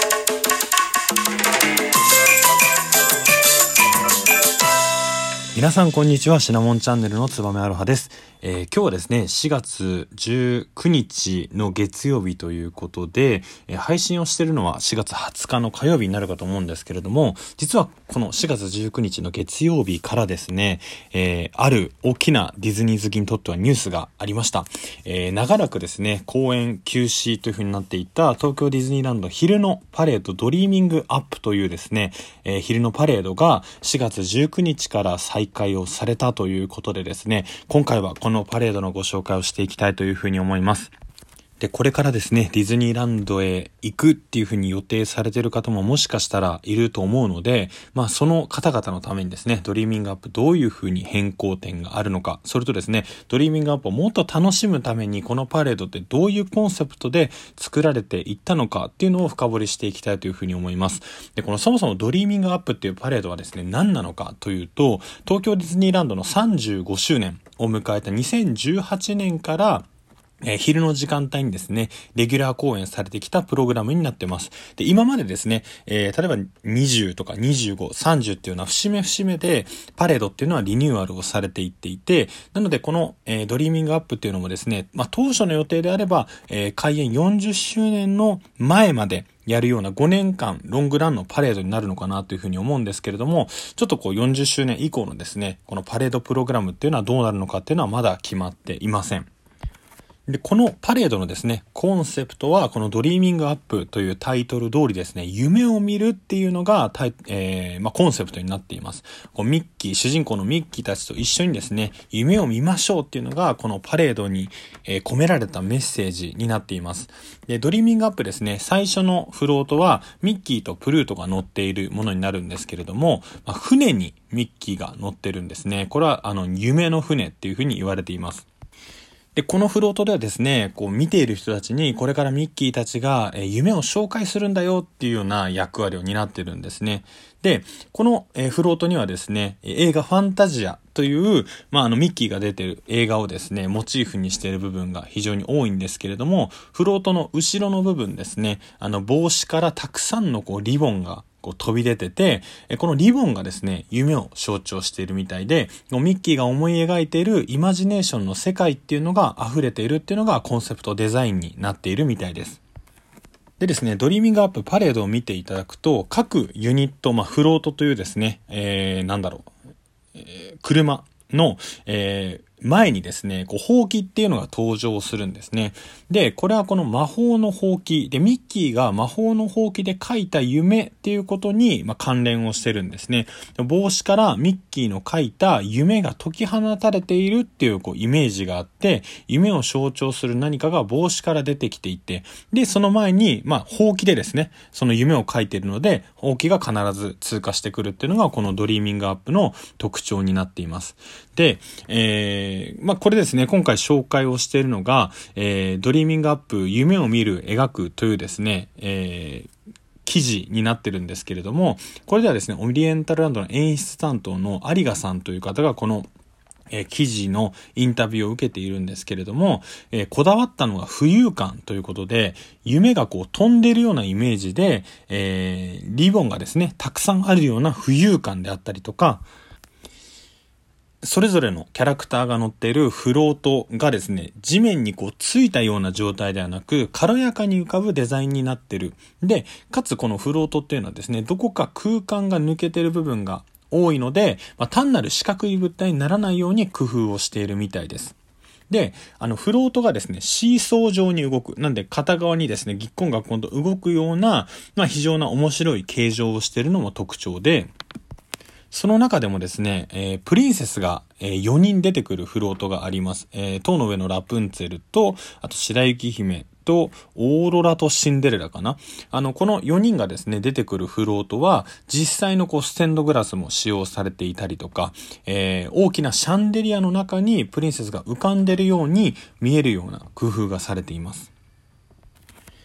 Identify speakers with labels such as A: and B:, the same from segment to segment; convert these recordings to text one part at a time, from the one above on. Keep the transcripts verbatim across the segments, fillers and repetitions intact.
A: 皆さんこんにちは。シナモンチャンネルのつばめアロハです。えー、今日はですねしがつじゅうくにちの月曜日ということで、えー、配信をしているのはしがつはつかの火曜日になるかと思うんですけれども、実はこのしがつじゅうくにちの月曜日からですね、えー、ある大きなディズニー好きにとってはニュースがありました。えー、長らくですね公演休止という風になっていた東京ディズニーランド昼のパレードドリーミングアップというですね、えー、昼のパレードがしがつじゅうくにちから再開をされたということでですね、今回はこのパレードのご紹介をしていきたいというふうに思います。で、これからですね、ディズニーランドへ行くっていうふうに予定されている方ももしかしたらいると思うので、まあその方々のためにですね、ドリーミングアップどういうふうに変更点があるのか、それとですね、ドリーミングアップをもっと楽しむためにこのパレードってどういうコンセプトで作られていったのかっていうのを深掘りしていきたいというふうに思います。で、このそもそもドリーミングアップっていうパレードはですね、何なのかというと、東京ディズニーランドのさんじゅうごしゅうねんを迎えたにせんじゅうはちねんからえー、昼の時間帯にですね、レギュラー公演されてきたプログラムになってます。で、今までですね、えー、例えばにじゅうとかにじゅうご、さんじゅうっていうような節目節目でパレードっていうのはリニューアルをされていっていて、なのでこの、えー、ドリーミングアップっていうのもですね、まあ当初の予定であれば、えー、開演よんじゅっしゅうねんの前までやるようなごねんかんロングランのパレードになるのかなというふうに思うんですけれども、ちょっとこうよんじゅっしゅうねん以降のですね、このパレードプログラムっていうのはどうなるのかっていうのはまだ決まっていません。で、このパレードのですね、コンセプトは、このドリーミングアップというタイトル通りですね、夢を見るっていうのがタイ、えー、まあ、コンセプトになっています。こうミッキー、主人公のミッキーたちと一緒にですね、夢を見ましょうっていうのが、このパレードに、えー、込められたメッセージになっています。で、ドリーミングアップですね、最初のフロートは、ミッキーとプルートが乗っているものになるんですけれども、まあ、船にミッキーが乗ってるんですね。これは、あの、夢の船っていうふうに言われています。で、このフロートではですね、こう見ている人たちにこれからミッキーたちが夢を紹介するんだよっていうような役割を担ってるんですね。で、このフロートにはですね、映画ファンタジアという、まあ、あのミッキーが出てる映画をですね、モチーフにしている部分が非常に多いんですけれども、フロートの後ろの部分ですね、あの帽子からたくさんのこうリボンがこう飛び出てて、このリボンがですね、夢を象徴しているみたいで、ミッキーが思い描いているイマジネーションの世界っていうのが溢れているっていうのがコンセプトデザインになっているみたいです。でですね、ドリーミングアップパレードを見ていただくと、各ユニット、まあ、フロートというですね、えー、なんだろう、えー、車の、えー前にですね、こう、ほうきっていうのが登場するんですね。で、これはこの魔法のほうきで、ミッキーが魔法のほうきで描いた夢っていうことに、まあ、関連をしてるんですね。帽子からミッキーの描いた夢が解き放たれているっていう、こう、イメージがあって、夢を象徴する何かが帽子から出てきていて、で、その前に、まあ、ほうきでですね、その夢を描いているので、ほうきが必ず通過してくるっていうのが、このドリーミングアップの特徴になっています。で、えーまあ、これですね、今回紹介をしているのが、えー、ドリーミングアップ夢を見る描くというですね、えー、記事になってるんですけれども、これではですね、オリエンタルランドの演出担当の有賀さんという方がこのえー、記事のインタビューを受けているんですけれども、えー、こだわったのが浮遊感ということで、夢がこう飛んでいるようなイメージで、えー、リボンがですね、たくさんあるような浮遊感であったりとか、それぞれのキャラクターが乗っているフロートがですね、地面にこうついたような状態ではなく、軽やかに浮かぶデザインになってる。で、かつこのフロートっていうのはですね、どこか空間が抜けてる部分が多いので、まあ、単なる四角い物体にならないように工夫をしているみたいです。で、あの、フロートがですね、シーソー状に動く。なんで、片側にですね、ぎっこんがっこんと動くような、まあ、非常な面白い形状をしているのも特徴で、その中でもですね、えー、プリンセスが、えー、よにん出てくるフロートがあります。えー、塔の上のラプンツェルと、あと白雪姫と、オーロラとシンデレラかな。あの、このよにんがですね、出てくるフロートは、実際のこう、ステンドグラスも使用されていたりとか、えー、大きなシャンデリアの中にプリンセスが浮かんでるように見えるような工夫がされています。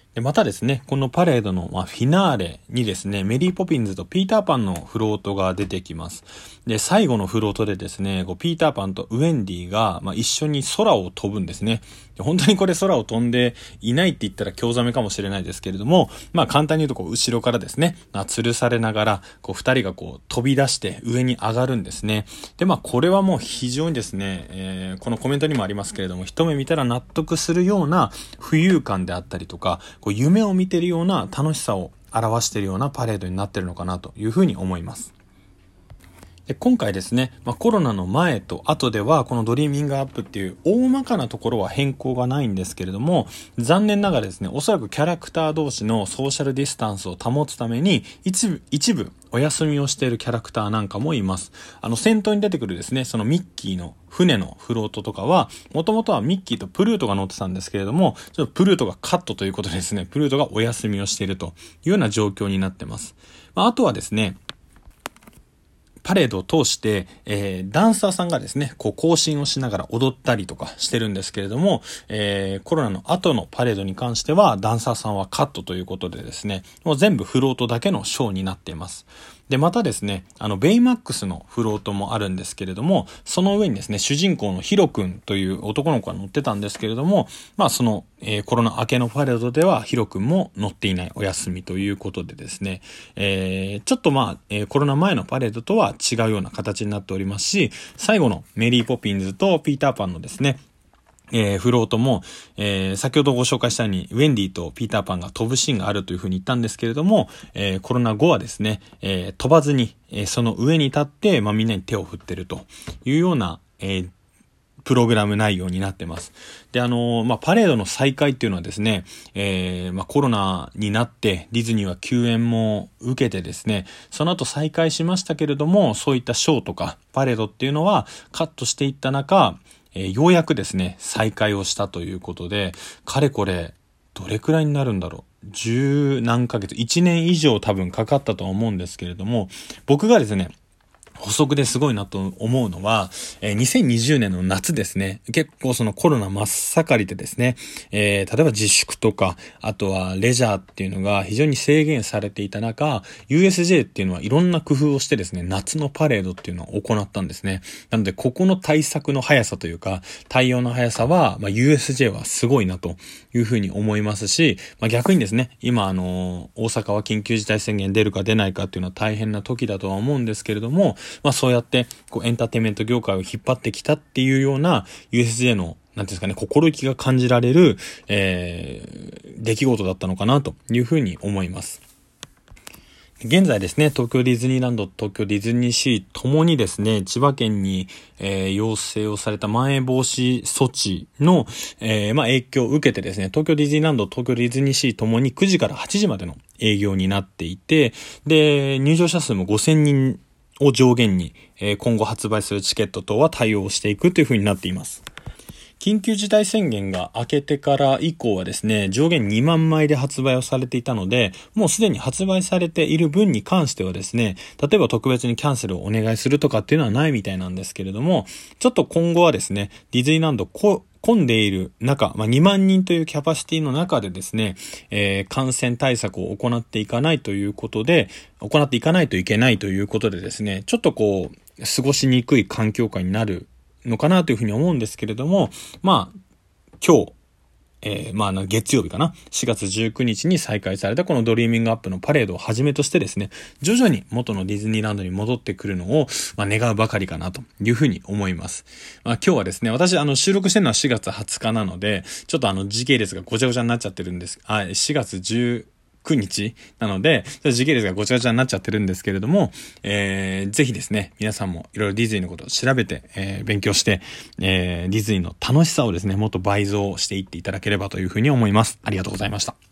A: でまたですね、このパレードの、まあ、フィナーレにですね、メリーポピンズとピーターパンのフロートが出てきます。で、最後のフロートでですね、こうピーターパンとウェンディが、まあ、一緒に空を飛ぶんですね。で本当にこれ空を飛んでいないって言ったら興ざめかもしれないですけれども、まあ簡単に言うとこう後ろからですね、まあ、吊るされながら、こう二人がこう飛び出して上に上がるんですね。で、まあこれはもう非常にですね、えー、このコメントにもありますけれども、一目見たら納得するような浮遊感であったりとか、こう夢を見ているような楽しさを表しているようなパレードになっているのかなというふうに思います。で今回ですね、まあ、コロナの前と後ではこのドリーミングアップっていう大まかなところは変更がないんですけれども、残念ながらですね、おそらくキャラクター同士のソーシャルディスタンスを保つために一部一部お休みをしているキャラクターなんかもいます。あの先頭に出てくるですね、そのミッキーの船のフロートとかはもともとはミッキーとプルートが乗ってたんですけれども、ちょっとプルートがカットということでですね、プルートがお休みをしているというような状況になってます。まあ、あとはですね、パレードを通して、えー、ダンサーさんがですね、こう行進をしながら踊ったりとかしてるんですけれども、えー、コロナの後のパレードに関してはダンサーさんはカットということでですね、もう全部フロートだけのショーになっています。で、またですね、あの、ベイマックスのフロートもあるんですけれども、その上にですね、主人公のヒロ君という男の子が乗ってたんですけれども、まあその、えー、コロナ明けのパレードではヒロ君も乗っていないお休みということでですね、えー、ちょっとまあ、えー、コロナ前のパレードとは違うような形になっておりますし、最後のメリーポピンズとピーターパンのですね、えー、フロートも、えー、先ほどご紹介したようにウェンディとピーターパンが飛ぶシーンがあるというふうに言ったんですけれども、えー、コロナ後はですね、えー、飛ばずに、えー、その上に立って、まあ、みんなに手を振ってるというような、えープログラム内容になってます。で、あのー、まあ、パレードの再開っていうのはですね、えー、まあ、コロナになってディズニーは休園も受けてですね、その後再開しましたけれども、そういったショーとかパレードっていうのはカットしていった中、えー、ようやくですね、再開をしたということで、かれこれ、どれくらいになるんだろう。十何ヶ月、一年以上多分かかったとは思うんですけれども、僕がですね、補足ですごいなと思うのは、えー、にせんにじゅうねんの夏ですね。結構そのコロナ真っ盛りでですね、えー、例えば自粛とか、あとはレジャーっていうのが非常に制限されていた中、ユーエスジェー っていうのはいろんな工夫をしてですね、夏のパレードっていうのを行ったんですね。なので、ここの対策の速さというか、対応の速さは、まあ、ユーエスジェー はすごいなというふうに思いますし、まあ、逆にですね、今あのー、大阪は緊急事態宣言出るか出ないかっていうのは大変な時だとは思うんですけれども、まあそうやってこうエンターテインメント業界を引っ張ってきたっていうような ユーエスジェー のなんていうんですかね、心意気が感じられる、えー、出来事だったのかなというふうに思います。現在ですね、東京ディズニーランド、東京ディズニーシーともにですね、千葉県に、えー、要請をされたまん延防止措置の、えー、まあ影響を受けてですね、東京ディズニーランド、東京ディズニーシーともにくじからはちじまでの営業になっていて、で、入場者数もごせんにんを上限に、えー、今後発売するチケット等は対応していくというふうになっています。緊急事態宣言が明けてから以降はですね、上限にまんまいで発売をされていたので、もうすでに発売されている分に関してはですね、例えば特別にキャンセルをお願いするとかっていうのはないみたいなんですけれども、ちょっと今後はですね、ディズニーランドこ混んでいる中、まあ、にまんにんというキャパシティの中でですね、えー、感染対策を行っていかないということで、行っていかないといけないということでですね、ちょっとこう、過ごしにくい環境下になるのかなというふうに思うんですけれども、まあ、今日、えー、まあ、月曜日かな。しがつじゅうくにちに再開されたこのドリーミングアップのパレードをはじめとしてですね、徐々に元のディズニーランドに戻ってくるのを、まあ、願うばかりかなというふうに思います。まあ、今日はですね、私、あの、収録してるのはしがつはつかなので、ちょっとあの、時系列がごちゃごちゃになっちゃってるんです。あ、しがつじゅうくにちなので、時系列がごちゃごちゃになっちゃってるんですけれども、えー、ぜひですね、皆さんもいろいろディズニーのことを調べて、えー、勉強して、えー、ディズニーの楽しさをですね、もっと倍増していっていただければというふうに思います。ありがとうございました。